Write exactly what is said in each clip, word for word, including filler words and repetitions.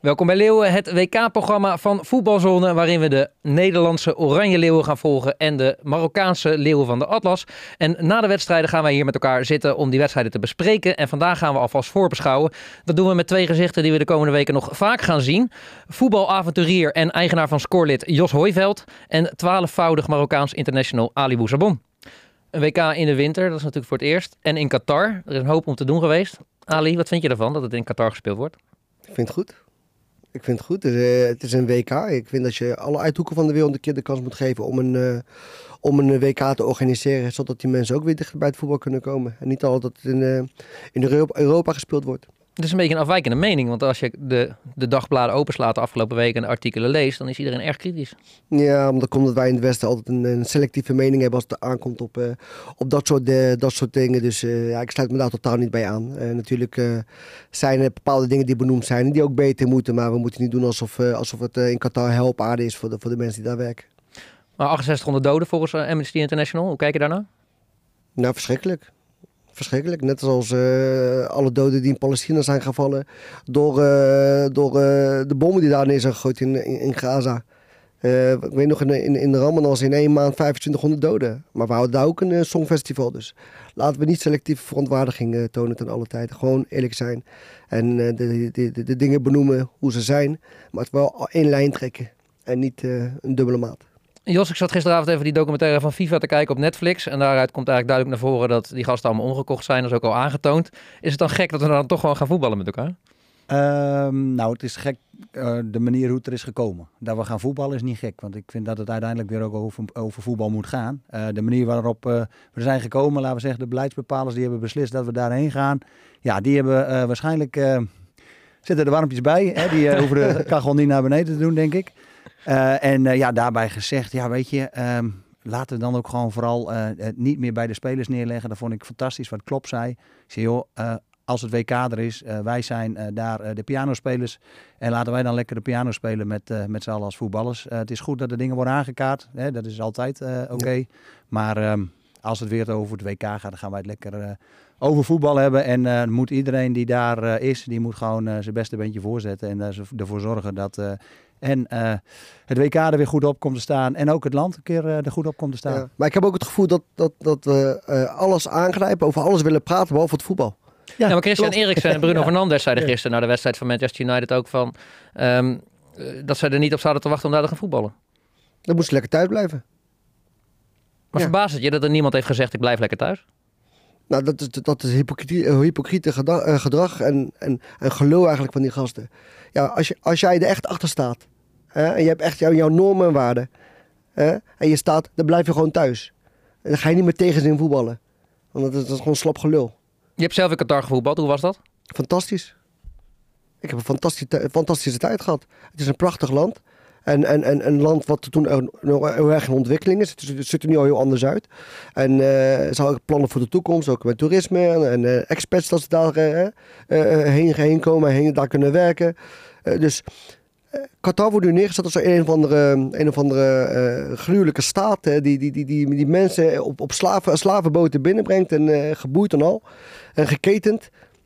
Welkom bij Leeuwen, het W K-programma van Voetbalzone, waarin we de Nederlandse Oranje Leeuwen gaan volgen en de Marokkaanse Leeuwen van de Atlas. En na de wedstrijden gaan wij hier met elkaar zitten om die wedstrijden te bespreken. En vandaag gaan we alvast voorbeschouwen. Dat doen we met twee gezichten die we de komende weken nog vaak gaan zien. Voetbalavonturier en eigenaar van Scorelid Jos Hooiveld en twaalfvoudig Marokkaans international Ali Boussabon. Een W K in de winter, dat is natuurlijk voor het eerst. En in Qatar, er is een hoop om te doen geweest. Ali, wat vind je ervan dat het in Qatar gespeeld wordt? Ik vind het goed. Ik vind het goed. Het is, uh, het is een W K. Ik vind dat je alle uithoeken van de wereld een keer de kans moet geven om een, uh, om een W K te organiseren. Zodat die mensen ook weer dichter bij het voetbal kunnen komen. En niet altijd dat het in, uh, in Europa, Europa gespeeld wordt. Het is een beetje een afwijkende mening. Want als je de, de dagbladen openslaat de afgelopen weken en de artikelen leest, dan is iedereen erg kritisch. Ja, omdat komt dat wij in het Westen altijd een, een selectieve mening hebben als het aankomt op, uh, op dat, soort, uh, dat soort dingen. Dus uh, ja, ik sluit me daar totaal niet bij aan. Uh, natuurlijk uh, zijn er bepaalde dingen die benoemd zijn en die ook beter moeten. Maar we moeten niet doen alsof, uh, alsof het uh, in Qatar hel op aarde is voor de, voor de mensen die daar werken. Maar achtenzestighonderd doden volgens uh, Amnesty International. Hoe kijk je daarnaar? Nou, verschrikkelijk. Verschrikkelijk. Net zoals uh, alle doden die in Palestina zijn gevallen door, uh, door uh, de bommen die daar neer zijn gegooid in, in, in Gaza. Uh, ik weet nog, in, in, in de Ramadan was in één maand vijfentwintighonderd doden. Maar we houden daar ook een uh, songfestival. Dus laten we niet selectieve verontwaardiging uh, tonen ten alle tijde. Gewoon eerlijk zijn. En uh, de, de, de, de dingen benoemen hoe ze zijn. Maar het wel één lijn trekken. En niet uh, een dubbele maat. Jos, ik zat gisteravond even die documentaire van FIFA te kijken op Netflix. En daaruit komt eigenlijk duidelijk naar voren dat die gasten allemaal omgekocht zijn. Dat is ook al aangetoond. Is het dan gek dat we dan toch gewoon gaan voetballen met elkaar? Um, nou, het is gek uh, de manier hoe het er is gekomen. Dat we gaan voetballen is niet gek. Want ik vind dat het uiteindelijk weer ook over, over voetbal moet gaan. Uh, de manier waarop uh, we zijn gekomen, laten we zeggen, de beleidsbepalers die hebben beslist dat we daarheen gaan. Ja, die hebben uh, waarschijnlijk... Uh, zitten er warmpjes bij. Hè? Die uh, hoeven de kachel niet naar beneden te doen, denk ik. Uh, en uh, ja, daarbij gezegd, ja weet je, um, laten we dan ook gewoon vooral uh, het niet meer bij de spelers neerleggen. Dat vond ik fantastisch wat Klopp zei. Ik zei, joh, uh, als het W K er is, uh, wij zijn uh, daar uh, de pianospelers. En laten wij dan lekker de piano spelen met, uh, met z'n allen als voetballers. Uh, het is goed dat de dingen worden aangekaart. Hè? Dat is altijd uh, oké. Okay. Ja. Maar um, als het weer over het W K gaat, dan gaan wij het lekker uh, over voetbal hebben. En uh, moet iedereen die daar uh, is, die moet gewoon uh, zijn beste beentje voorzetten. En uh, ervoor zorgen dat... Uh, En uh, het W K er weer goed op komt te staan. En ook het land een keer uh, er goed op komt te staan. Ja, maar ik heb ook het gevoel dat, dat, dat we uh, alles aangrijpen, over alles willen praten, behalve het voetbal. Ja, ja maar Christian Eriksen en Bruno ja. Fernandes zeiden gisteren na de wedstrijd van Manchester United ook van... Um, dat ze er niet op zouden te wachten om daar te gaan voetballen. Dan moesten ze lekker thuis blijven. Maar ja. Verbaast het je dat er niemand heeft gezegd ik blijf lekker thuis? Nou, dat is, dat is hypocriete, hypocriete gedrag en, en, en gelul eigenlijk van die gasten. Ja, als, je, als jij er echt achter staat, hè, en je hebt echt jouw, jouw normen en waarden, hè, en je staat, dan blijf je gewoon thuis. En dan ga je niet meer tegenzin voetballen. Want dat is, dat is gewoon slap gelul. Je hebt zelf in Qatar gevoetbald, hoe was dat? Fantastisch. Ik heb een fantastische, fantastische tijd gehad. Het is een prachtig land. En, en, en een land wat toen nog heel erg in ontwikkeling is. Het ziet er nu al heel anders uit. En uh, ze hadden plannen voor de toekomst, ook met toerisme en uh, expats dat ze daar uh, uh, heen, heen komen en heen, daar kunnen werken. Uh, dus uh, Qatar wordt nu neergezet als een of andere, een of andere uh, gruwelijke staat hè, die, die, die, die, die mensen op, op slaven, slavenboten binnenbrengt en uh, geboeid en al. En geketend.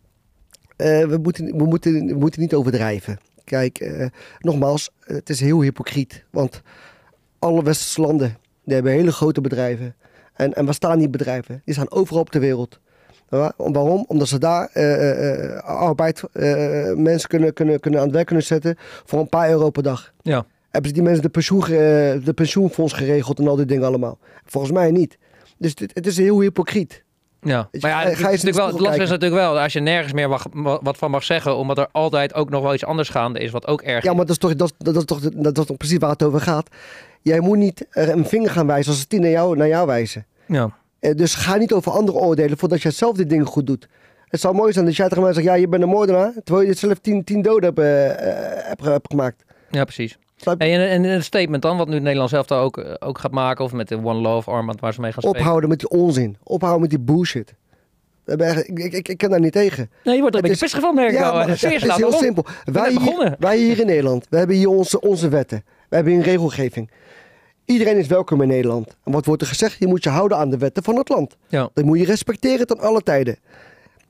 Uh, we, moeten, we, moeten, we moeten niet overdrijven. Kijk, uh, nogmaals, het is heel hypocriet. Want alle westerse landen, die hebben hele grote bedrijven. En, en waar staan die bedrijven? Die staan overal op de wereld. Ja, waarom? Omdat ze daar uh, uh, arbeid, uh, mensen kunnen, kunnen, kunnen aan het werk kunnen zetten voor een paar euro per dag. Ja. Hebben ze die mensen de, pensioen, uh, de pensioenfonds geregeld en al die dingen allemaal? Volgens mij niet. Dus het, het is heel hypocriet. Ja, maar ja, het, het, is wel, het lastige is natuurlijk wel, als je nergens meer mag, wat van mag zeggen, omdat er altijd ook nog wel iets anders gaande is, wat ook erg Ja, maar dat is toch, dat, dat is toch, dat is toch precies waar het over gaat. Jij moet niet een vinger gaan wijzen als ze tien naar jou, naar jou wijzen. Ja. Dus ga niet over anderen oordelen voordat jij zelf die dingen goed doet. Het zou mooi zijn dat jij tegen mij zegt, ja, je bent een moordenaar, terwijl je zelf tien, tien doden hebt, uh, hebt, hebt gemaakt. Ja, precies. Hey, en een statement dan, wat nu het Nederlands zelf ook, ook gaat maken, of met de One Love armband waar ze mee gaan spelen. Ophouden met die onzin. Ophouden met die bullshit. Ik, ik, ik, ik ken daar niet tegen. Nee, je wordt er een beetje pissig van, merk ik ja, al. Het is heel waarom? simpel. Wij hier, wij hier in Nederland, we hebben hier onze, onze wetten. We hebben hier een regelgeving. Iedereen is welkom in Nederland. En wat wordt er gezegd? Je moet je houden aan de wetten van het land. Ja. Dat moet je respecteren ten alle tijden.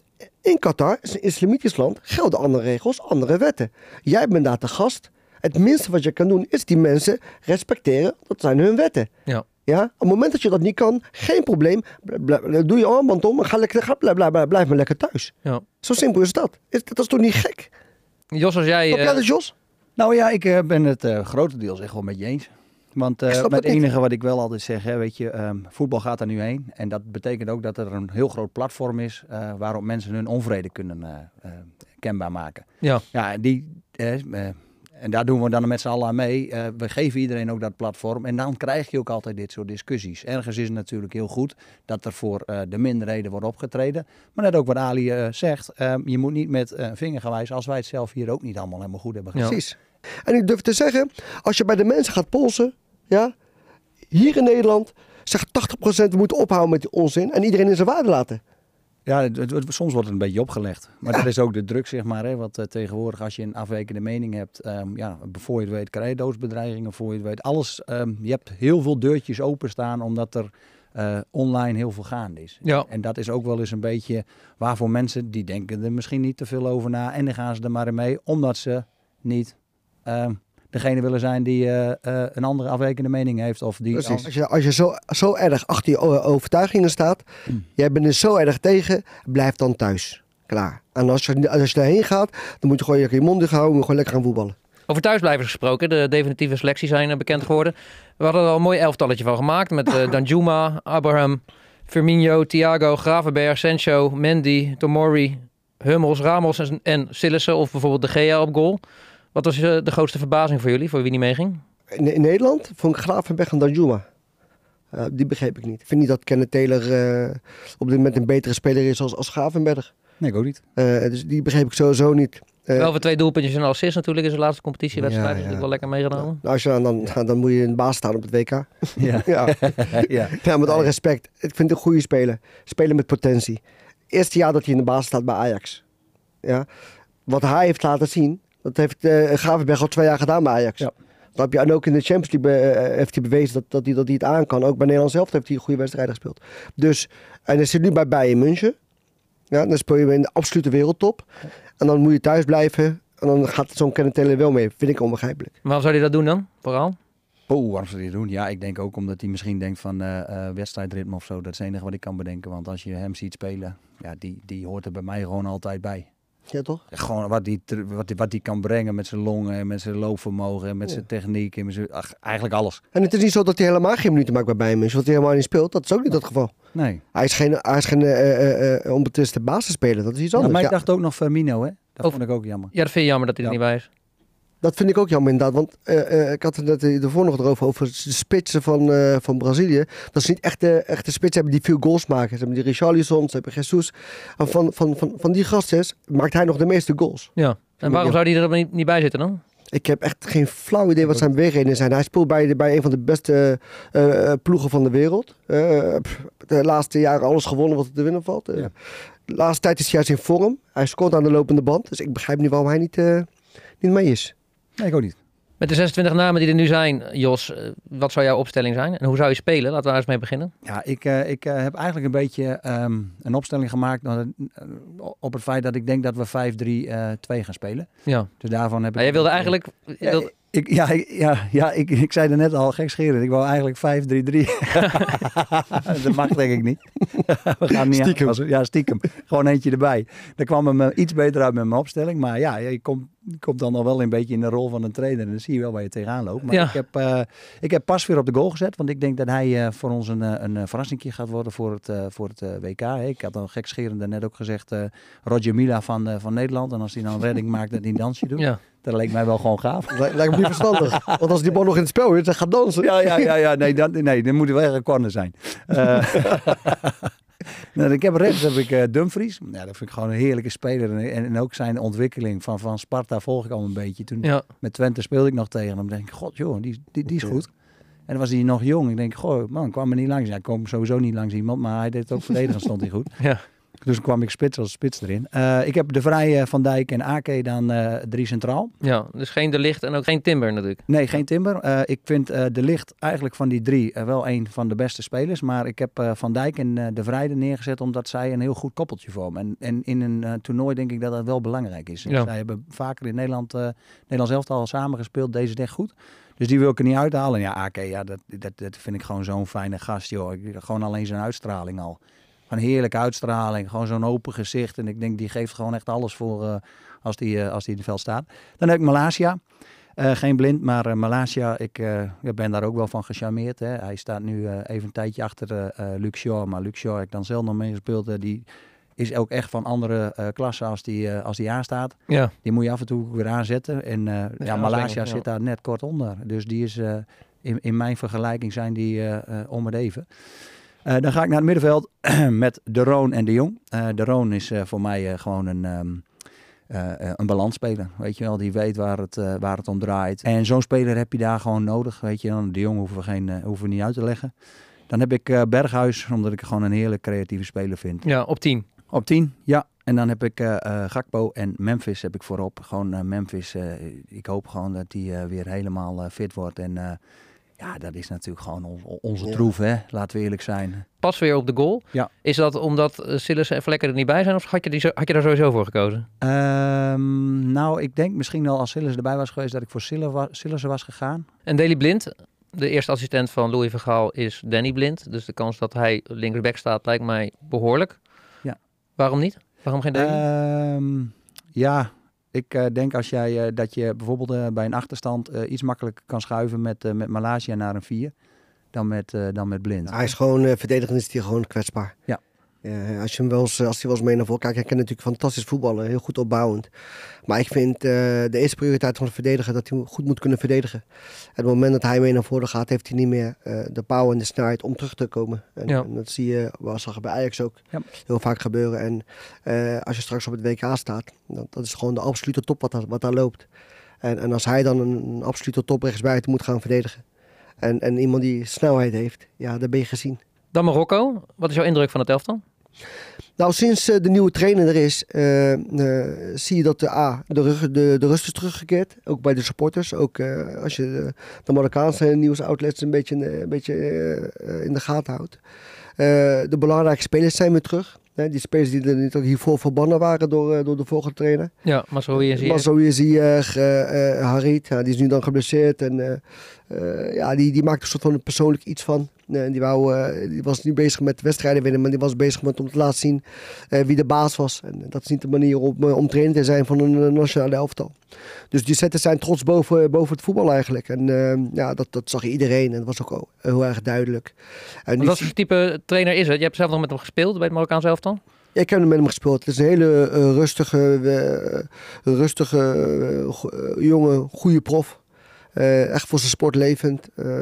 In Qatar, is een islamitisch land, gelden andere regels, andere wetten. Jij bent daar te gast. Het minste wat je kan doen is die mensen respecteren. Dat zijn hun wetten. Ja. Ja? Op het moment dat je dat niet kan, geen probleem. Blijf, doe je armband om en ga lekker, ga, blijf, blijf, blijf maar lekker thuis. Ja. Zo simpel is dat. Is, dat is toch niet gek? Jos, als jij... Snap jij Uh... dat, Jos? Nou ja, ik uh, ben het uh, grotendeels echt wel met je eens. Want uh, het enige niet. wat ik wel altijd zeg, hè, weet je, um, voetbal gaat er nu heen. En dat betekent ook dat er een heel groot platform is uh, waarop mensen hun onvrede kunnen uh, uh, kenbaar maken. Ja. Ja, die... Uh, uh, En daar doen we dan met z'n allen aan mee. Uh, we geven iedereen ook dat platform. En dan krijg je ook altijd dit soort discussies. Ergens is het natuurlijk heel goed dat er voor uh, de minderheden wordt opgetreden. Maar net ook wat Ali uh, zegt. Uh, je moet niet met uh, vingergewijs, als wij het zelf hier ook niet allemaal helemaal goed hebben gedaan. Ja. Precies. En ik durf te zeggen, als je bij de mensen gaat polsen, ja, hier in Nederland, zegt tachtig procent we moeten ophouden met die onzin en iedereen in zijn waarde laten. Ja, het, het, het, soms wordt het een beetje opgelegd. Maar ja. dat is ook de druk, zeg maar. Hè, wat uh, tegenwoordig, als je een afwijkende mening hebt, um, ja, voor je het weet, krijg je doodsbedreigingen, voor je het weet. Alles, um, je hebt heel veel deurtjes openstaan, omdat er uh, online heel veel gaande is. Ja. En dat is ook wel eens een beetje waarvoor mensen, die denken er misschien niet te veel over na. En dan gaan ze er maar in mee, omdat ze niet... Um, degene willen zijn die uh, uh, een andere afwijkende mening heeft. Of die Precies. Als je, als je zo, zo erg achter je overtuigingen staat, hmm. jij bent er zo erg tegen, blijf dan thuis. Klaar. En als je, als je daarheen gaat, dan moet je gewoon je mond dicht houden en gewoon lekker gaan voetballen. Over thuisblijvers gesproken, de definitieve selecties zijn bekend geworden. We hadden er al een mooi elftalletje van gemaakt met uh, Danjuma, Abraham, Firmino, Thiago, Gravenberg, Sancho, Mendy, Tomori, Hummels, Ramos en, en Sillissen of bijvoorbeeld De Gea op goal. Wat was uh, de grootste verbazing voor jullie, voor wie niet meeging? In, in Nederland vond ik Gravenberg en Danjuma. Uh, die begreep ik niet. Ik vind niet dat Kenneth Taylor uh, op dit moment een betere speler is als, als Gravenberg. Nee, ik ook niet. Uh, dus die begreep ik sowieso niet. Uh, Wel voor twee doelpuntjes en een assist natuurlijk in zijn laatste competitiewedstrijd. Ja, Ja, ja. Dat is wel lekker meegenomen. Nou, als je dan, dan, dan moet je in de baas staan op het W K. Ja, ja. ja. ja met alle respect. Ik vind het een goede speler. Spelen met potentie. Eerste jaar dat hij in de baas staat bij Ajax. Ja. Wat hij heeft laten zien, dat heeft uh, Gravenberg al twee jaar gedaan bij Ajax. Ja. Dan heb je, en ook in de Champions League uh, heeft hij bewezen dat, dat, hij, dat hij het aan kan. Ook bij Nederland zelf heeft hij een goede wedstrijd gespeeld. Dus, en hij zit nu bij Bayern München. Ja, dan speel je in de absolute wereldtop. En dan moet je thuis blijven. En dan gaat zo'n Kenneth Taylor wel mee. Vind ik onbegrijpelijk. Waarom zou hij dat doen dan, vooral? Oh, waarom zou hij dat doen? Ja, ik denk ook omdat hij misschien denkt van uh, uh, wedstrijdritme of zo. Dat is het enige wat ik kan bedenken. Want als je hem ziet spelen, ja, die, die hoort er bij mij gewoon altijd bij. Ja, toch? Gewoon wat hij wat die, wat die kan brengen met zijn longen, met zijn loopvermogen, met ja. zijn techniek, en met zijn, ach, eigenlijk alles. En het is niet zo dat hij helemaal geen minuten maakt bij Bayern München, wat hij helemaal niet speelt. Dat is ook niet het geval. Nee. Hij is geen, hij is geen uh, uh, uh, onbetwiste basisspeler, dat is iets anders. Ja, maar ik ja. dacht ook nog Firmino, hè? Dat Over... vond ik ook jammer. Ja, dat vind je jammer dat hij ja. er niet bij is. Dat vind ik ook jammer inderdaad, want uh, uh, ik had het net ervoor nog erover, over de spitsen van, uh, van Brazilië. Dat ze niet echte, echte spitsen hebben die veel goals maken. Ze hebben die Richarlison, ze hebben Jesus. En van, van, van, van die gasten maakt hij nog de meeste goals. Ja, en waarom zou hij er niet, niet bij zitten dan? Ik heb echt geen flauw idee wat zijn beweegredenen zijn. Hij speelt bij, de, bij een van de beste uh, ploegen van de wereld. Uh, de laatste jaren alles gewonnen wat er te winnen valt. Uh, ja. De laatste tijd is hij juist in vorm. Hij scoort aan de lopende band. Dus ik begrijp niet waarom hij niet, uh, niet mee is. Nee, ik ook niet. Met de zesentwintig namen die er nu zijn, Jos, wat zou jouw opstelling zijn? En hoe zou je spelen? Laten we daar eens mee beginnen. Ja, ik, uh, ik uh, heb eigenlijk een beetje um, een opstelling gemaakt uh, op het feit dat ik denk dat we vijf drie twee gaan spelen. Ja. Dus daarvan heb ik... Maar jij wilde eigenlijk... Ja, wilde... Ik, ja, ik, ja, ja ik, ik zei er net al, gekscherend. Ik wou eigenlijk vijf drie drie. Dat mag denk ik niet. We gaan niet stiekem. Aan, ja, stiekem. Gewoon eentje erbij. Daar kwam hem uh, iets beter uit met mijn opstelling. Maar ja, je komt, je komt dan nog wel een beetje in de rol van een trainer. En dan zie je wel waar je tegenaan loopt. Maar ja. ik, heb, uh, ik heb Pas weer op de goal gezet. Want ik denk dat hij uh, voor ons een, een, een verrassingje gaat worden voor het, uh, voor het uh, W K. Hey, ik had al gekscherend net ook gezegd, uh, Roger Mila van, uh, van Nederland. En als hij dan een redding maakt, dat hij een dansje doet. Ja. Dat leek mij wel gewoon gaaf. Lijkt me niet verstandig. Want als die bal nog in het spel is, dan gaat dansen. Ja, ja, ja, ja. Nee, dan, nee, dan moet er wel echt een corner zijn. Uh, nou, ik heb rechts heb ik uh, Dumfries. Ja, dat vind ik gewoon een heerlijke speler. En, en ook zijn ontwikkeling van, van Sparta volg ik al een beetje. Toen ja. met Twente speelde ik nog tegen hem. Dan denk ik, god joh, die, die, die is goed. En dan was hij nog jong. Ik denk, goh, man, kwam er niet langs. Hij kwam sowieso niet langs iemand, maar hij deed het ook verdedigend, stond hij goed. Ja. Dus kwam ik spits als spits erin. Uh, ik heb De Vrij, uh, Van Dijk en Ake dan uh, drie centraal. Ja, dus geen De Ligt en ook geen Timber natuurlijk. Nee, geen Timber. Uh, ik vind uh, De Ligt eigenlijk van die drie uh, wel een van de beste spelers. Maar ik heb uh, Van Dijk en uh, De Vrij er neergezet omdat zij een heel goed koppeltje vormen. En, en in een uh, toernooi denk ik dat dat wel belangrijk is. Ja. Zij hebben vaker in Nederland, uh, Nederlands elftal al samengespeeld. Deze is echt goed. Dus die wil ik er niet uithalen. En ja, Ake, ja, dat, dat, dat vind ik gewoon zo'n fijne gast, joh. Ik, gewoon alleen zijn uitstraling al. Een heerlijke uitstraling, gewoon zo'n open gezicht. En ik denk, die geeft gewoon echt alles voor uh, als die, uh, als die in het veld staat. Dan heb ik Malacia. Uh, geen Blind, maar uh, Malacia, ik uh, ben daar ook wel van gecharmeerd. Hè. Hij staat nu uh, even een tijdje achter uh, uh, Luc Shaw. Maar Luc Shaw heb ik dan zelf nog meegespeeld. Uh, die is ook echt van andere uh, klasse als die, uh, als die aanstaat. Ja. Die moet je af en toe weer aanzetten. En uh, ja, Malacia ja. zit daar net kort onder. Dus die is, uh, in, in mijn vergelijking zijn die uh, uh, om het even. Uh, dan ga ik naar het middenveld met De Roon en De Jong. Uh, De Roon is uh, voor mij uh, gewoon een, um, uh, een balansspeler. Weet je wel, die weet waar het, uh, waar het om draait. En zo'n speler heb je daar gewoon nodig. Weet je, dan De Jong hoeven we, geen, uh, hoeven we niet uit te leggen. Dan heb ik uh, Berghuis, omdat ik gewoon een hele creatieve speler vind. Ja, op tien. Op tien, ja. En dan heb ik uh, uh, Gakpo en Memphis heb ik voorop. Gewoon uh, Memphis, uh, ik hoop gewoon dat die uh, weer helemaal uh, fit wordt. En uh, ja, dat is natuurlijk gewoon on- onze troef, hè. Laten we eerlijk zijn. Pas weer op de goal. Ja. Is dat omdat uh, Sillissen en Vlekken er niet bij zijn? Of had je, die zo, had je daar sowieso voor gekozen? Um, nou, ik denk misschien wel als Sillissen erbij was geweest dat ik voor Sillissen was gegaan. En Daley Blind, de eerste assistent van Louis van Gaal, is Danny Blind. Dus de kans dat hij linksback staat lijkt mij behoorlijk. Ja. Waarom niet? Waarom geen Daley? Um, ja... Ik uh, denk als jij, uh, dat je bijvoorbeeld uh, bij een achterstand uh, iets makkelijker kan schuiven met, uh, met Malacia naar een vier dan met, uh, dan met Blind. Hij is gewoon, uh, verdedigend is hij gewoon kwetsbaar. Ja. Uh, als je hem wel eens, als hij wel eens mee naar voren kijkt, hij kan natuurlijk fantastisch voetballen, heel goed opbouwend. Maar ik vind uh, de eerste prioriteit van de verdediger dat hij goed moet kunnen verdedigen. En op het moment dat hij mee naar voren gaat, heeft hij niet meer uh, de power en de snelheid om terug te komen. En, ja. en dat zie je, wat zag bij Ajax ook, ja. heel vaak gebeuren. En uh, als je straks op het W K staat, dan, dat is gewoon de absolute top wat daar, wat daar loopt. En, en als hij dan een, een absolute top rechtsbuiten moet gaan verdedigen. En, en iemand die snelheid heeft, ja, dan ben je gezien. Dan Marokko. Wat is jouw indruk van het elftal? Nou, sinds uh, de nieuwe trainer er is, uh, uh, zie je dat de, A, de, rug, de, de rust is teruggekeerd. Ook bij de supporters. Ook uh, als je de, de Marokkaanse nieuwsoutlets een beetje, een beetje uh, in de gaten houdt. Uh, de belangrijke spelers zijn weer terug. Hè, die spelers die er niet hiervoor verbannen waren door, uh, door de vorige trainer. Ja, Mazraoui en Ziyech. Mazraoui en Ziyech, uh, uh, Harit, ja, die is nu dan geblesseerd. En uh, uh, ja, die, die maakt een soort van persoonlijk iets van. Uh, die, wou, uh, die was niet bezig met wedstrijden winnen, maar die was bezig met om te laten zien uh, wie de baas was. En dat is niet de manier om, uh, om trainer te zijn van een uh, nationale elftal. Dus die zetten zijn trots boven, boven het voetbal eigenlijk. En uh, ja, dat, dat zag iedereen en dat was ook heel erg duidelijk. En wat voor type trainer is het? Je hebt zelf nog met hem gespeeld bij het Marokkaanse elftal? Ja, ik heb met hem gespeeld. Het is een hele uh, rustige, uh, rustige uh, jonge, goede prof. Uh, echt voor zijn sport levend. Uh,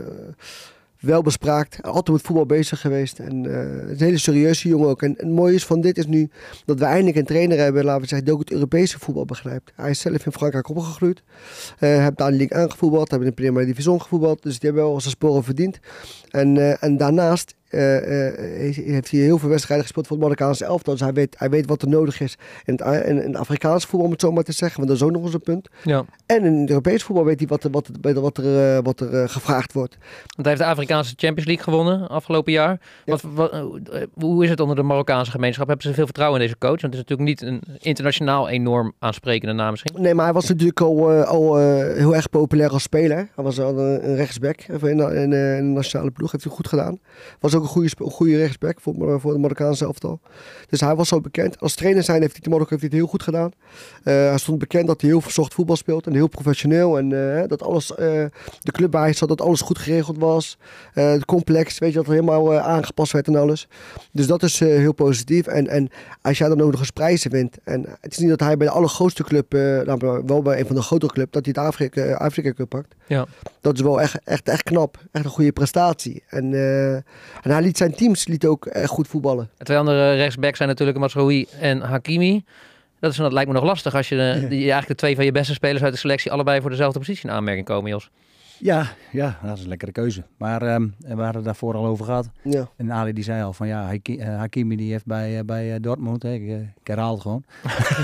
wel bespraakt. Altijd met voetbal bezig geweest. En uh, het is een hele serieuze jongen ook. En, en het mooie is van dit is nu dat we eindelijk een trainer hebben, laten we zeggen, die ook het Europese voetbal begrijpt. Hij is zelf in Frankrijk opgegroeid. Uh, heeft daar de Ligue aangevoetbald. Heeft in de Premier Division gevoetbald. Dus die hebben wel zijn sporen verdiend. En, uh, en daarnaast Uh, uh, heeft hij heel veel wedstrijden gespeeld voor het Marokkaanse elftal. Dus hij weet, hij weet wat er nodig is in het, in, in het Afrikaanse voetbal, om het zo maar te zeggen. Want dat is ook nog eens een punt. Ja. En in het Europees voetbal weet hij wat, wat, wat, wat er, uh, wat er uh, gevraagd wordt. Want hij heeft de Afrikaanse Champions League gewonnen afgelopen jaar. Ja. Wat, wat, uh, hoe is het onder de Marokkaanse gemeenschap? Hebben ze veel vertrouwen in deze coach? Want het is natuurlijk niet een internationaal enorm aansprekende naam misschien. Nee, maar hij was natuurlijk al, uh, al uh, heel erg populair als speler. Hij was al een, een rechtsback in de, in, in de nationale ploeg. Heeft hij goed gedaan. Was ook een goede, goede rechtsback voor, voor de Marokkaanse elftal. Dus hij was zo bekend. Als trainer zijn heeft hij, de Marokko heeft hij het heel goed gedaan. Uh, hij stond bekend dat hij heel verzocht voetbal speelt en heel professioneel. En uh, dat alles, uh, de club bij zat, dat alles goed geregeld was. Uh, het complex, weet je, dat er helemaal uh, aangepast werd en alles. Dus dat is uh, heel positief. En, en als jij dan ook nog eens prijzen wint. En het is niet dat hij bij de allergrootste club, uh, nou, wel bij een van de grotere clubs, dat hij het Afrika, uh, Afrika Cup pakt. Ja. Dat is wel echt, echt, echt knap. Echt een goede prestatie. En, uh, en hij liet zijn teams liet ook echt goed voetballen. De twee andere rechtsbacks zijn natuurlijk Mazraoui en Hakimi. Dat, is, dat lijkt me nog lastig als je de, die, eigenlijk de twee van je beste spelers uit de selectie allebei voor dezelfde positie in aanmerking komen, Jos. Ja, ja, dat is een lekkere keuze. Maar um, we hadden het daarvoor al over gehad. Ja. En Ali die zei al van ja, Haki- uh, Hakimi die heeft bij, uh, bij uh, Dortmund, hè, ik, uh, ik herhaal het gewoon.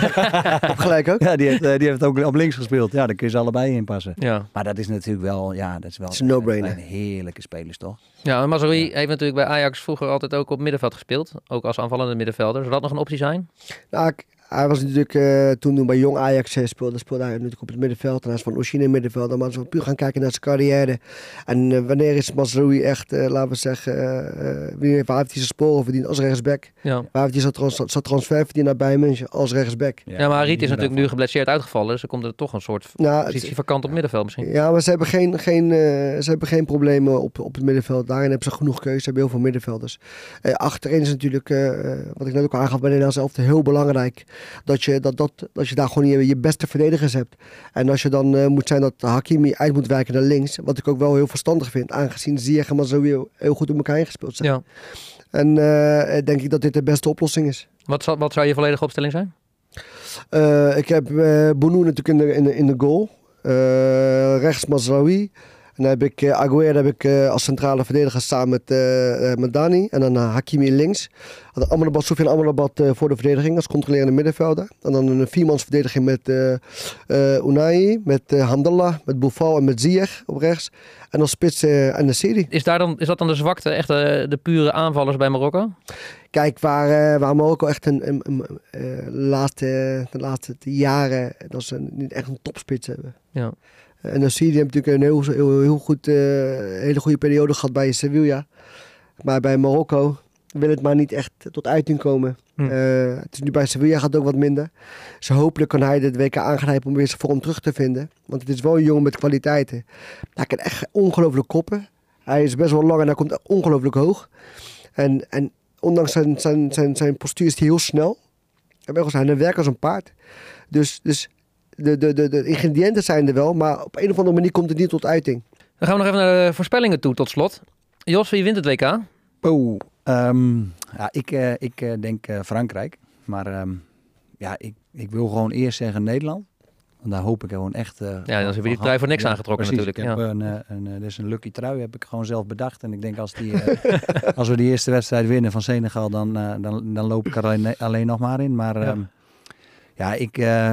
Heb gelijk ook. Ja, die heeft, uh, die heeft ook op links gespeeld. Ja, daar kun je ze allebei inpassen. Ja. Maar dat is natuurlijk wel, ja, dat is wel is een no-brainer. een heerlijke spelers, toch? Ja, en Mazraoui ja. heeft natuurlijk bij Ajax vroeger altijd ook op middenveld gespeeld. Ook als aanvallende middenvelder. Zou dat nog een optie zijn? Nou, ik, hij was natuurlijk uh, toen, toen bij Jong Ajax speelde, speelde hij natuurlijk op het middenveld. En hij is van origine in middenveld. Maar als we puur gaan kijken naar zijn carrière. En uh, wanneer is Mazraoui echt, uh, laten we zeggen, uh, uh, waar heeft hij zijn sporen verdiend als rechtsback? Ja. Waar heeft hij zijn, trans zijn transfer verdiend naar Bayern München als rechtsback? Ja, ja maar Harit is natuurlijk nu geblesseerd uitgevallen. Dus er komt er toch een soort nou, positie vakant op het middenveld misschien. Ja, maar ze hebben geen, geen, uh, ze hebben geen problemen op, op het middenveld. Daarin hebben ze genoeg keuze. Ze hebben heel veel middenvelders. Uh, achterin is natuurlijk, uh, wat ik net ook aangaf bij Nederland zelf, heel belangrijk. Dat je, dat, dat, dat je daar gewoon je, je beste verdedigers hebt. En als je dan uh, moet zijn dat Hakimi uit moet wijken naar links. Wat ik ook wel heel verstandig vind. Aangezien Ziyech en Mazraoui heel goed op elkaar ingespeeld zijn. Ja. En uh, denk ik dat dit de beste oplossing is. Wat, zal, wat zou je volledige opstelling zijn? Uh, ik heb uh, Bounou natuurlijk in de, in de, in de goal. Uh, rechts Mazraoui. En dan heb ik uh, Aguero heb ik, uh, als centrale verdediger samen met, uh, met Dani. En dan uh, Hakimi links. Amrabat, Soufiane Amrabat uh, voor de verdediging als controlerende middenvelder. En dan een viermans verdediging met uh, uh, Unai, met uh, Hamdallah, met Boufal en met Ziyech op rechts. En dan spits uh, en de serie. Is, daar dan, is dat dan de zwakte, echt de, de pure aanvallers bij Marokko? Kijk, waar, uh, waar Marokko echt een, een, een, een uh, laatste, de laatste jaren dat ze niet echt een topspits hebben. Ja. En dan zie je natuurlijk een heel, heel, heel goed, uh, hele goede periode gehad bij Sevilla. Maar bij Marokko wil het maar niet echt tot uiting komen. Hm. Uh, het is nu bij Sevilla gaat het ook wat minder. Dus hopelijk kan hij dit W K aangrijpen om weer zijn vorm terug te vinden. Want het is wel een jongen met kwaliteiten. Hij kan echt ongelooflijk koppen. Hij is best wel lang en hij komt ongelooflijk hoog. En, en ondanks zijn, zijn, zijn, zijn postuur is hij heel snel. En hij werkt als een paard. Dus... dus De, de, de, de ingrediënten zijn er wel, maar op een of andere manier komt het niet tot uiting. Dan gaan we nog even naar de voorspellingen toe tot slot. Jos, wie wint het W K? Oh, um, ja, ik, uh, ik uh, denk uh, Frankrijk. Maar um, ja, ik, ik wil gewoon eerst zeggen Nederland. Want daar hoop ik gewoon echt... Uh, ja, dan hebben we die trui voor niks ja, aangetrokken precies, natuurlijk. Ik heb ja. een, een, een, dus een lucky trui heb ik gewoon zelf bedacht. En ik denk als, die, uh, als we die eerste wedstrijd winnen van Senegal, dan, uh, dan, dan loop ik er alleen, alleen nog maar in. Maar ja, um, ja ik... Uh,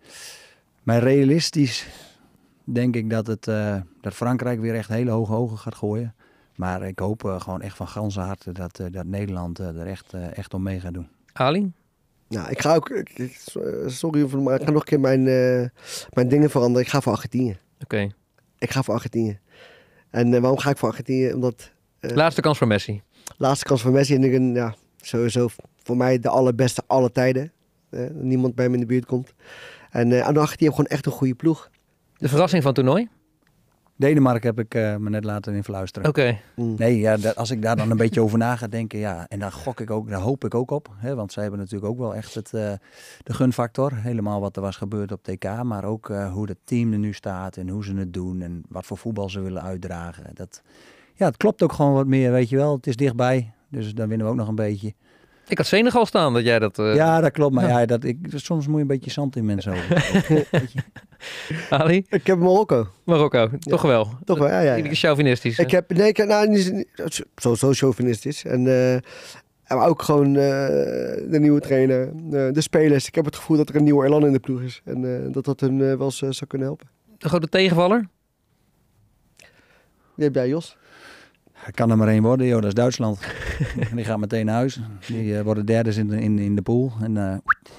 Maar realistisch denk ik dat, het, uh, dat Frankrijk weer echt hele hoge ogen gaat gooien. Maar ik hoop uh, gewoon echt van ganse harte dat, uh, dat Nederland uh, er echt, uh, echt om mee gaat doen. Ali? Nou, ik ga ook... Ik, sorry, maar ik ga nog een keer mijn, uh, mijn dingen veranderen. Ik ga voor Argentinië. Oké. Okay. Ik ga voor Argentinië. En uh, waarom ga ik voor Argentinië? Omdat... Uh, laatste kans voor Messi. Laatste kans voor Messi. En ik, ja, sowieso voor mij de allerbeste alle tijden. Uh, niemand bij me in de buurt komt. En uh, aan Argentinië heeft gewoon echt een goede ploeg. De verrassing van het toernooi? Denemarken heb ik uh, me net laten influisteren. Oké. Okay. Mm. Nee, ja, dat, als ik daar dan een beetje over na ga denken, ja, en daar gok ik ook, daar hoop ik ook op. Hè, want zij hebben natuurlijk ook wel echt het, uh, de gunfactor. Helemaal wat er was gebeurd op T K, maar ook uh, hoe het team er nu staat en hoe ze het doen en wat voor voetbal ze willen uitdragen. Dat, ja, het klopt ook gewoon wat meer, weet je wel. Het is dichtbij, dus dan winnen we ook nog een beetje. Ik had Senegal staan, dat jij dat... Uh... Ja, dat klopt. Maar ja. Ja, dat, ik, soms moet je een beetje zand in mensen over. Ali? Ik heb Marokko. Marokko, toch ja. wel? Toch wel, ja. ja, ja. Chauvinistisch. Ik heb, nee, ik heb, nou, niet, sowieso chauvinistisch. En, uh, maar ook gewoon uh, de nieuwe trainer, uh, de spelers. Ik heb het gevoel dat er een nieuwe elan in de ploeg is. En uh, dat dat hun uh, wel eens uh, zou kunnen helpen. De grote tegenvaller? Wie heb jij, Jos? Het kan er maar één worden, joh, dat is Duitsland. Die gaat meteen naar huis. Die uh, worden derde in de, in, in de pool. En, uh...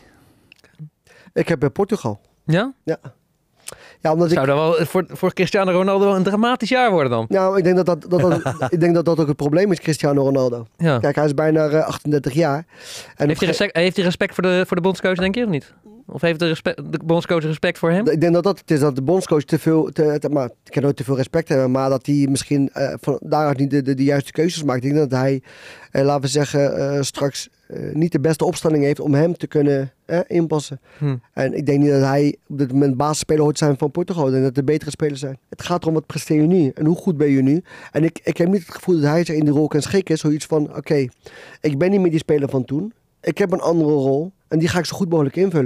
Ik heb uh, Portugal. Ja? Ja. Ja, omdat Zou ik... dat wel voor, voor Cristiano Ronaldo een dramatisch jaar worden dan? Nou, ik denk dat dat, dat, dat, ik denk dat, dat ook het probleem is, Cristiano Ronaldo. Ja. Kijk, hij is bijna uh, achtendertig jaar. En heeft, hij respect, heeft hij respect voor de, voor de bondscoach, denk je, of niet? Of heeft de, respect, de bondscoach respect voor hem? Ik denk dat dat het is, dat de bondscoach te veel... Te, te, maar, ik kan nooit te veel respect hebben, maar dat hij misschien uh, van daaruit niet de, de, de juiste keuzes maakt. Ik denk dat hij, uh, laten we zeggen, uh, straks uh, niet de beste opstelling heeft om hem te kunnen uh, inpassen. Hm. En ik denk niet dat hij op dit moment basisspeler hoort zijn van Portugal. Ik denk dat er betere spelers zijn. Het gaat erom wat presteer je nu en hoe goed ben je nu. En ik, ik heb niet het gevoel dat hij zich in die rol kan schikken. Zoiets van, oké, okay, ik ben niet meer die speler van toen. Ik heb een andere rol en die ga ik zo goed mogelijk invullen.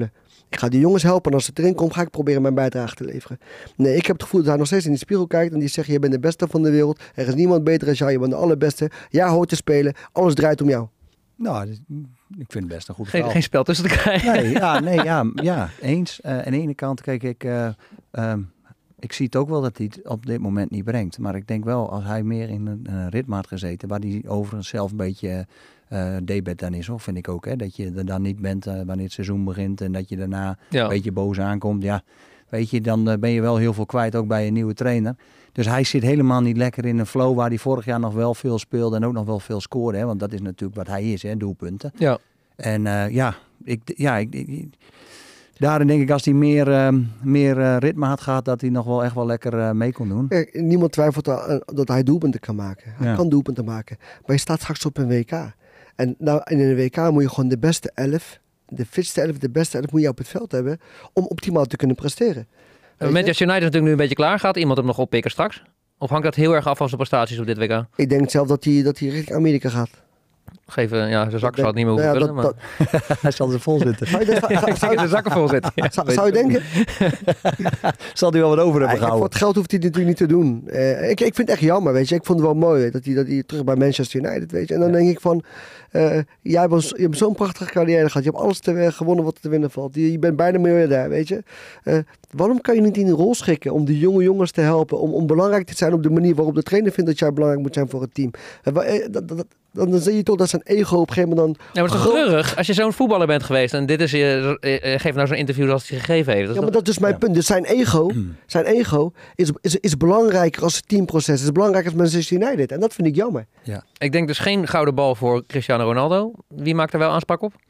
Ik ga die jongens helpen en als het erin komt, ga ik proberen mijn bijdrage te leveren. Nee, ik heb het gevoel dat hij nog steeds in de spiegel kijkt en die zegt, je bent de beste van de wereld. Er is niemand beter dan jou, je bent de allerbeste. Jij hoort te spelen, alles draait om jou. Nou, ik vind het best een goed Geen, verhaal. geen spel tussen te krijgen. Nee, ja, nee, ja, ja eens. Uh, aan de ene kant, kijk, ik, uh, um, ik zie het ook wel dat hij het op dit moment niet brengt. Maar ik denk wel, als hij meer in een, een ritme had gezeten, waar hij overigens zelf een beetje uh, debet dan is, hoor, vind ik ook. Hè, dat je er dan niet bent uh, wanneer het seizoen begint en dat je daarna ja. een beetje boos aankomt. Ja, weet je, dan uh, ben je wel heel veel kwijt, ook bij een nieuwe trainer. Dus hij zit helemaal niet lekker in een flow waar hij vorig jaar nog wel veel speelde en ook nog wel veel scoorde. Hè, want dat is natuurlijk wat hij is, hè, doelpunten. Ja. En uh, ja, ik, ja ik, ik, daarin denk ik als hij meer, uh, meer uh, ritme had gehad, dat hij nog wel echt wel lekker uh, mee kon doen. Ja, niemand twijfelt aan, dat hij doelpunten kan maken. Hij ja. kan doelpunten maken. Maar je staat straks op een W K. En nou, in een W K moet je gewoon de beste elf, de fitste elf, de beste elf moet je op het veld hebben om optimaal te kunnen presteren. Met Manchester United natuurlijk nu een beetje klaar. Gaat iemand hem nog oppikken straks? Of hangt dat heel erg af van zijn prestaties op dit W K? Ik denk zelf dat hij, dat hij richting Amerika gaat. Geven, ja, zijn zak zal het niet meer hoeven nou ja, vullen, dat, maar... dat... Hij zal er vol zitten. Zou je, zou, zou, zou, de zakken vol zitten. Ja, zou, zou je denken? Zal hij wel wat over hebben ja, gehouden? Voor het geld hoeft hij het natuurlijk niet te doen. Uh, ik, ik vind het echt jammer, weet je. Ik vond het wel mooi dat hij, dat hij terug bij Manchester United, weet je. En dan ja. denk ik van, uh, jij hebt, je hebt zo'n prachtige carrière gehad. Je hebt alles te, gewonnen wat er te winnen valt. Je, je bent bijna miljardair, weet je. Uh, waarom kan je niet in een rol schikken om die jonge jongens te helpen? Om, om belangrijk te zijn op de manier waarop de trainer vindt dat jij belangrijk moet zijn voor het team. Uh, dat, dat, Dan, dan zie je toch dat zijn ego op een gegeven moment dan... Ja, maar het is toch treurig als je zo'n voetballer bent geweest en dit is je... Uh, geef nou zo'n interview zoals hij gegeven heeft. Dat ja, maar dat is mijn ja. punt. Dus zijn ego, zijn ego is, is, is belangrijker als het teamproces. Is belangrijker als Manchester United. En dat vind ik jammer. Ja. Ik denk dus geen gouden bal voor Cristiano Ronaldo. Wie maakt er wel aanspraak op?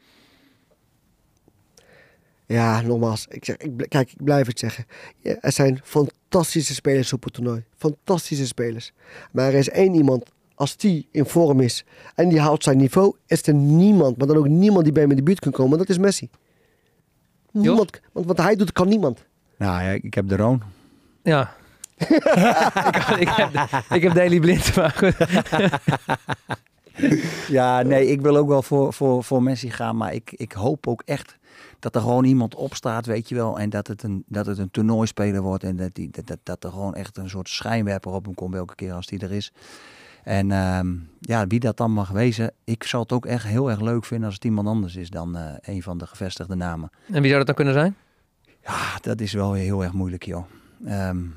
Ja, nogmaals. Ik zeg, ik, kijk, ik blijf het zeggen. Ja, er zijn fantastische spelers op het toernooi. Fantastische spelers. Maar er is één iemand... Als die in vorm is en die haalt zijn niveau, is er niemand, maar dan ook niemand die bij hem in de buurt kan komen. Dat is Messi. Niemand, want wat hij doet, kan niemand. Nou ja, ik heb de Roon. Ja. ik, ik, heb, ik heb Daley Blind. Maar goed. Ja, nee, ik wil ook wel voor, voor, voor Messi gaan, maar ik, ik hoop ook echt dat er gewoon iemand opstaat, weet je wel, en dat het een, dat het een toernooispeler wordt en dat, die, dat, dat, dat er gewoon echt een soort schijnwerper op hem komt elke keer als die er is. En um, ja, wie dat dan mag wezen, ik zou het ook echt heel erg leuk vinden als het iemand anders is dan uh, een van de gevestigde namen. En wie zou dat dan kunnen zijn? Ja, dat is wel heel erg moeilijk, joh. Um,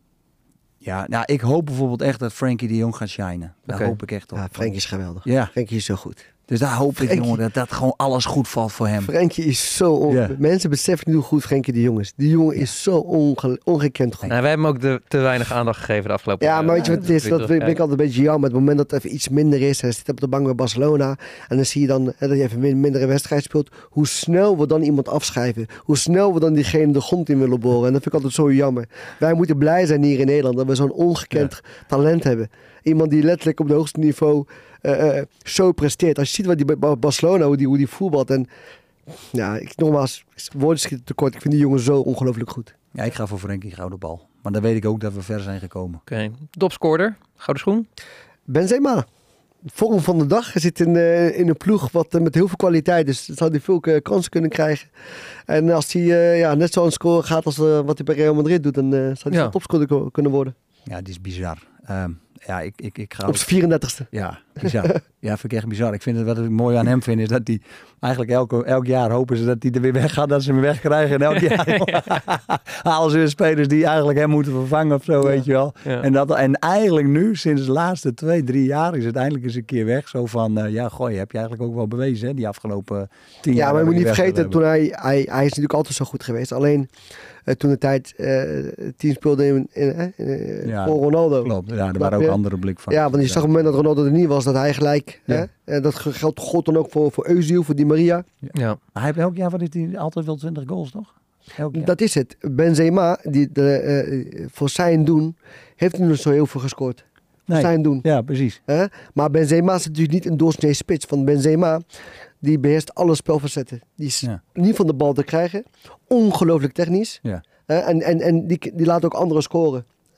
ja, nou, ik hoop bijvoorbeeld echt dat Frenkie de Jong gaat shinen. Daar okay. hoop ik echt op. Ja, Frenkie is geweldig. Ja. Frenkie is zo goed. Dus daar hoop Frenkie. ik, jongen, dat, dat gewoon alles goed valt voor hem. Frenkie is zo... On... Yeah. Mensen beseffen niet hoe goed Frenkie de Jong is. Die jongen ja. is zo onge... ongekend goed. Nou, wij hebben hem ook de, te weinig aandacht gegeven de afgelopen Ja, maar weet je wat het is? Dat vind ik altijd een beetje jammer. Het moment dat het even iets minder is. Hij zit op de bank bij Barcelona. En dan zie je dan dat je even een mindere wedstrijd speelt. Hoe snel we dan iemand afschrijven. Hoe snel we dan diegene de grond in willen boren. En dat vind ik altijd zo jammer. Wij moeten blij zijn hier in Nederland. Dat we zo'n ongekend ja. talent hebben. Iemand die letterlijk op het hoogste niveau... Uh, uh, zo presteert. Als je ziet wat die bij Barcelona, hoe die, hoe die voetbalt. En ja, ik, nogmaals, woorden schieten tekort. Ik vind die jongen zo ongelooflijk goed. Ja, ik ga voor Frenkie gouden bal. Maar dan weet ik ook dat we ver zijn gekomen. Oké. Okay. Topscorer, gouden schoen? Benzema. Vorm van de dag. Hij zit in, uh, in een ploeg wat, uh, met heel veel kwaliteit. Dus dan zou hij veel uh, kansen kunnen krijgen. En als hij uh, ja, net zo'n score gaat als uh, wat hij bij Real Madrid doet, dan uh, zou hij ja. topscorer kunnen worden. Ja, die is bizar. Um, Ja, ik, ik, ik ga op zijn vierendertigste. Ja, bizar. Ja, vind ik echt bizar. Ik vind het wat ik mooi aan hem vind is dat hij eigenlijk elke, elk jaar hopen ze dat hij er weer weg gaat, dat ze hem wegkrijgen. En elk jaar halen ze weer spelers die eigenlijk hem moeten vervangen of zo, ja. weet je wel. Ja. En, dat, en eigenlijk nu, sinds de laatste twee, drie jaar, is het eindelijk eens een keer weg. Zo van, uh, ja, gooi, heb je eigenlijk ook wel bewezen, hè, die afgelopen tien ja, jaar. Ja, maar je moet niet vergeten, toen hij, hij, hij is natuurlijk altijd zo goed geweest. Alleen uh, toen de tijd uh, het team speelde in, in, in, ja, voor Ronaldo. Klopt, ja, er waren ook andere blik van. Ja, want je zag op het moment dat Ronaldo er niet was, dat hij gelijk... Ja. Hè, en dat geldt God dan ook voor, voor Özil, voor Di Maria. Ja. Ja. Maar hij heeft elk jaar, wat heeft hij altijd wel twintig goals, toch? Dat is het. Benzema, die de, uh, voor zijn doen, heeft hij nog zo heel veel gescoord. Nee. Voor zijn doen. Ja, precies. Uh, maar Benzema is natuurlijk niet een doorsnee spits. Van Benzema, die beheerst alle spelfacetten. Die is ja. niet van de bal te krijgen. Ongelooflijk technisch. Ja. Uh, en en, en die, die laat ook anderen scoren.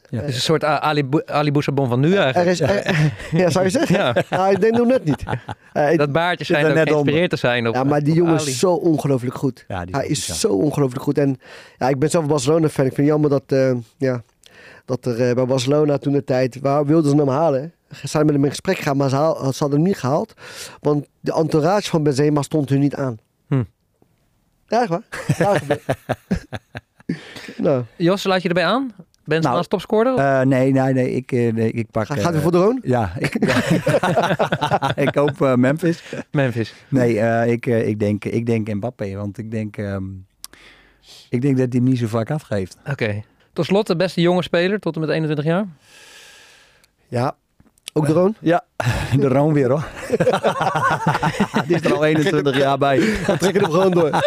Ja. Het is een soort A- Ali, Bo- Ali Boussabon van nu eigenlijk. Er is, er- ja, zou je zeggen? Ja. Nou, ik denk nog net niet. Uh, ik- Dat baardje schijnt er ook net geïnspireerd te zijn op ja, maar die op jongen Ali. is zo ongelooflijk goed. Ja, die Hij is bizar. zo ongelooflijk goed. En ja, ik ben zelf een Barcelona-fan. Ik vind het jammer dat, uh, ja, dat er uh, bij Barcelona toen de tijd... Waar wilden ze hem halen? Ze zijn met hem in gesprek gegaan, maar ze, haal, ze hadden hem niet gehaald. Want de entourage van Benzema stond hun niet aan. Hm. Ja, echt waar. Ja, gebeurt. nou, Jos, laat je erbij aan? Ben je Nou, als topscorer? Uh, nee, nee, nee. Ik, uh, nee, ik pak... ga- uh, gaat u voor de Roon? Ja, ik, ik hoop uh, Memphis. Memphis. Nee, uh, ik, uh, ik, denk, ik denk Mbappé. Want ik denk, um, ik denk dat hij hem niet zo vaak afgeeft. Oké. Okay. Tot slot, de beste jonge speler tot en met eenentwintig jaar? Ja. Ook de Roon? Ja, de Roon weer hoor. Die is er al eenentwintig jaar bij. We trekken hem gewoon door.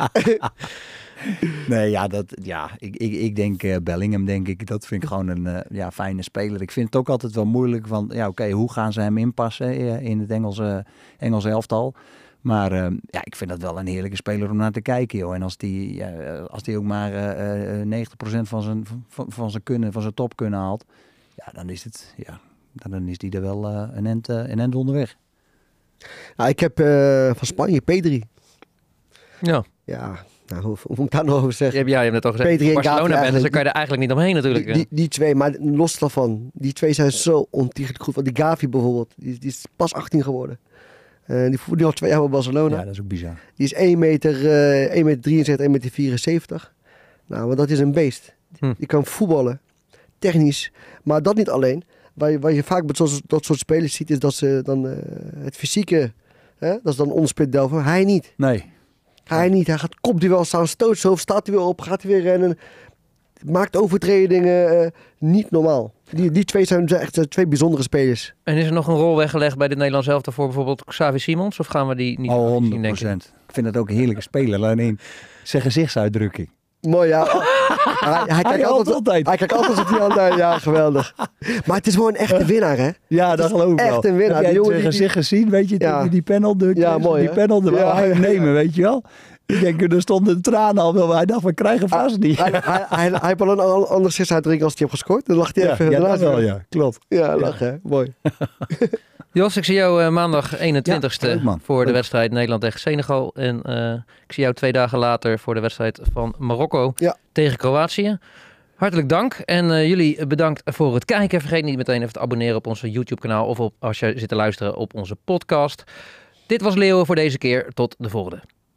Nee, ja, dat, ja ik, ik, ik denk uh, Bellingham, denk ik. Dat vind ik gewoon een uh, ja, fijne speler. Ik vind het ook altijd wel moeilijk van, ja oké, okay, hoe gaan ze hem inpassen uh, in het Engelse, Engelse elftal? Maar uh, ja, ik vind dat wel een heerlijke speler om naar te kijken, joh. En als die, uh, als die ook maar uh, negentig procent van zijn, van, van zijn kunnen, van zijn top kunnen haalt, ja, dan is het, ja, dan is die er wel uh, een, end, uh, een end onderweg. Nou, ik heb uh, van Spanje Pedri. Ja. Ja, nou, hoe, hoe moet ik daar nog over zeggen? Je hebt, ja, je hebt net al gezegd, Pedri en Barcelona Gavi bent, dus daar eigenlijk. kan je er eigenlijk niet omheen natuurlijk. Die, die, die twee, maar los daarvan. Die twee zijn zo ontiegelijk goed. Want die Gavi bijvoorbeeld, die, die is pas achttien geworden. Uh, die voerde al twee jaar bij Barcelona. Ja, dat is ook bizar. Die is één meter, uh, één meter drieënzeventig, één meter vierenzeventig. Nou, maar dat is een beest. Hm. Die kan voetballen, technisch. Maar dat niet alleen. Waar je, waar je vaak met zo'n, dat soort spelers ziet, is dat ze dan uh, het fysieke, hè, dat is dan onderspit delven. Hij niet. Nee. Hij niet. Hij gaat kopduel staan, stoot zo, staat hij weer op, gaat hij weer rennen. Maakt overtredingen. Uh, niet normaal. Die, die twee zijn echt uh, twee bijzondere spelers. En is er nog een rol weggelegd bij dit Nederlands elftal voor bijvoorbeeld Xavi Simons? Of gaan we die niet Al zien, honderd denk je? procent. Ik vind het ook een heerlijke speler. Alleen zijn gezichtsuitdrukking. Mooi, ja. hij, hij, kijkt altijd, altijd. hij kijkt altijd op die hand uit. Ja, geweldig. Maar het is gewoon een echte winnaar, hè? Ja, dat geloof ik echt wel. een winnaar. Heb jij Die het jongen die- gezicht gezien? Weet je, Ja. die, die panel, de, Ja, mooi, die hè? panel, de Ja, wou hij hem ja, ja. nemen, weet je wel. Ik denk, er stonden tranen al wel. Hij dacht, we krijgen vast niet. Hij, hij, hij, hij heeft al een an- ander gezichtsuitdrukking als hij heeft gescoord. Dan lag hij Ja, even ja, dat ernaast. wel, ja. Klopt. Ja, lachen, hè? Mooi. Jos, ik zie jou uh, maandag eenentwintigste Ja, leuk, man. voor de Leuk. wedstrijd Nederland tegen Senegal. En uh, ik zie jou twee dagen later voor de wedstrijd van Marokko Ja. tegen Kroatië. Hartelijk dank en uh, jullie bedankt voor het kijken. Vergeet niet meteen even te abonneren op onze YouTube kanaal of op, als je zit te luisteren op onze podcast. Dit was Leeuwen voor deze keer. Tot de volgende.